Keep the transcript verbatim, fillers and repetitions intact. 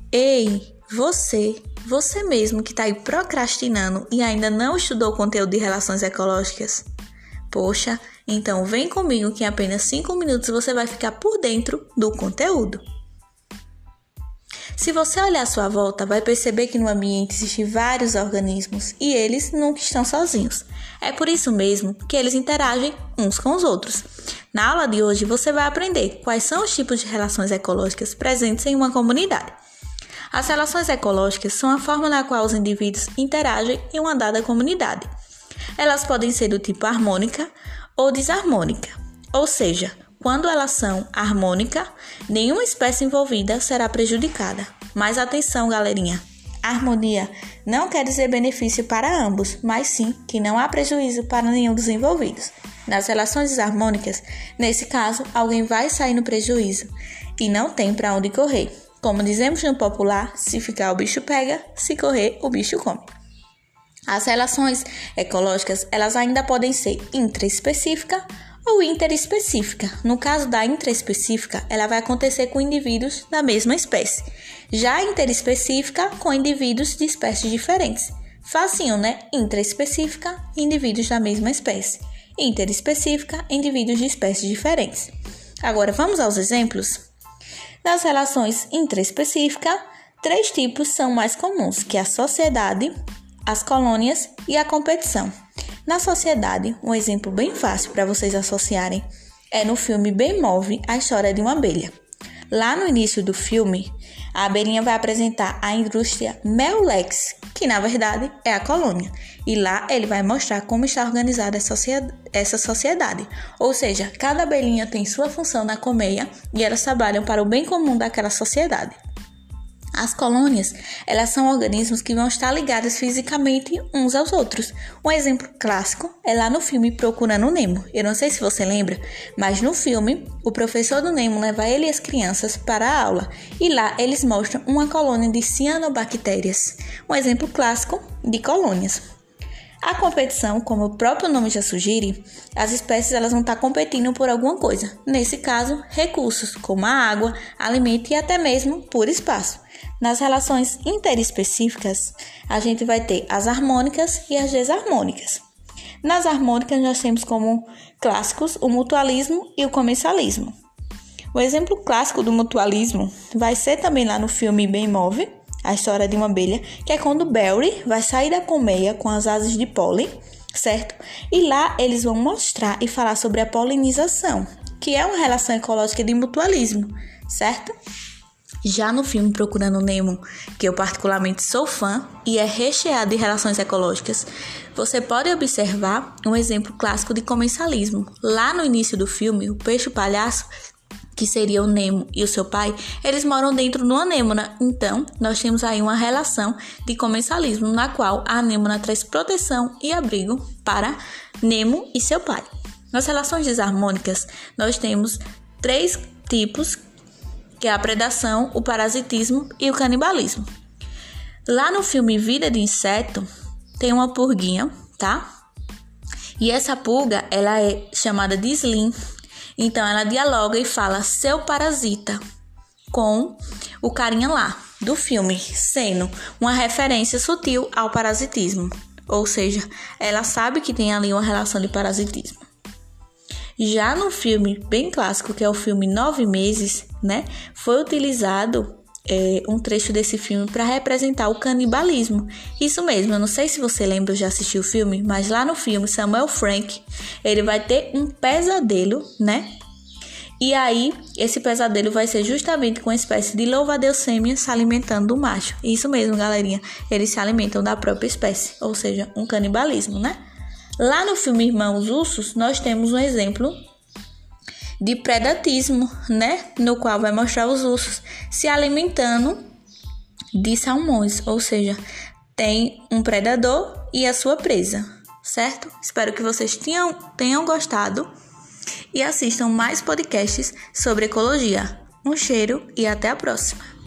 Ei, você, você mesmo que está aí procrastinando e ainda não estudou o conteúdo de relações ecológicas? Poxa, então vem comigo que em apenas cinco minutos você vai ficar por dentro do conteúdo. Se você olhar à sua volta, vai perceber que no ambiente existem vários organismos e eles nunca estão sozinhos. É por isso mesmo que eles interagem uns com os outros. Na aula de hoje você vai aprender quais são os tipos de relações ecológicas presentes em uma comunidade. As relações ecológicas são a forma na qual os indivíduos interagem em uma dada comunidade. Elas podem ser do tipo harmônica ou desarmônica, ou seja, quando elas são harmônica, nenhuma espécie envolvida será prejudicada. Mas atenção, galerinha! Harmonia não quer dizer benefício para ambos, mas sim que não há prejuízo para nenhum dos envolvidos. Nas relações desarmônicas, nesse caso, alguém vai sair no prejuízo e não tem para onde correr. Como dizemos no popular, se ficar o bicho pega, se correr o bicho come. As relações ecológicas, elas ainda podem ser intraespecífica ou interespecífica. No caso da intraespecífica, ela vai acontecer com indivíduos da mesma espécie. Já a interespecífica, com indivíduos de espécies diferentes. Facinho, né? Intraespecífica, indivíduos da mesma espécie. Interespecífica, indivíduos de espécies diferentes. Agora, vamos aos exemplos? Nas relações intraespecíficas, três tipos são mais comuns, que é a sociedade, as colônias e a competição. Na sociedade, um exemplo bem fácil para vocês associarem é no filme Bem Move, a história de uma abelha. Lá no início do filme, a abelhinha vai apresentar a indústria Mel-Lex, que na verdade é a colônia. E lá ele vai mostrar como está organizada essa sociedade. Ou seja, cada abelhinha tem sua função na colmeia e elas trabalham para o bem comum daquela sociedade. As colônias, elas são organismos que vão estar ligados fisicamente uns aos outros. Um exemplo clássico é lá no filme Procurando Nemo. Eu não sei se você lembra, mas no filme, o professor do Nemo leva ele e as crianças para a aula. E lá eles mostram uma colônia de cianobactérias. Um exemplo clássico de colônias. A competição, como o próprio nome já sugere, as espécies elas vão estar competindo por alguma coisa. Nesse caso, recursos como a água, alimento e até mesmo por espaço. Nas relações interespecíficas, a gente vai ter as harmônicas e as desarmônicas. Nas harmônicas, nós temos como clássicos o mutualismo e o comensalismo. O exemplo clássico do mutualismo vai ser também lá no filme Bem Move, a história de uma abelha, que é quando Barry vai sair da colmeia com as asas de pólen, certo? E lá eles vão mostrar e falar sobre a polinização, que é uma relação ecológica de mutualismo, certo? Já no filme Procurando Nemo, que eu particularmente sou fã e é recheado de relações ecológicas, você pode observar um exemplo clássico de comensalismo. Lá no início do filme, o peixe-palhaço, que seria o Nemo e o seu pai, eles moram dentro de uma anêmona. Então, nós temos aí uma relação de comensalismo, na qual a anêmona traz proteção e abrigo para Nemo e seu pai. Nas relações desarmônicas, nós temos três tipos, que é a predação, o parasitismo e o canibalismo. Lá no filme Vida de Inseto, tem uma pulguinha, tá? E essa pulga, ela é chamada de Slim. Então, ela dialoga e fala seu parasita com o carinha lá do filme, sendo uma referência sutil ao parasitismo. Ou seja, ela sabe que tem ali uma relação de parasitismo. Já no filme bem clássico, que é o filme Nove Meses, né, foi utilizado é, um trecho desse filme para representar o canibalismo. Isso mesmo, eu não sei se você lembra, eu já assisti o filme, mas lá no filme, Samuel Frank, ele vai ter um pesadelo, né? E aí, esse pesadelo vai ser justamente com uma espécie de louva-a-Deus fêmea se alimentando do macho. Isso mesmo, galerinha, eles se alimentam da própria espécie, ou seja, um canibalismo, né? Lá no filme Irmãos Ursos, nós temos um exemplo de predatismo, né? No qual vai mostrar os ursos se alimentando de salmões, ou seja, tem um predador e a sua presa, certo? Espero que vocês tenham, tenham gostado e assistam mais podcasts sobre ecologia. Um cheiro e até a próxima!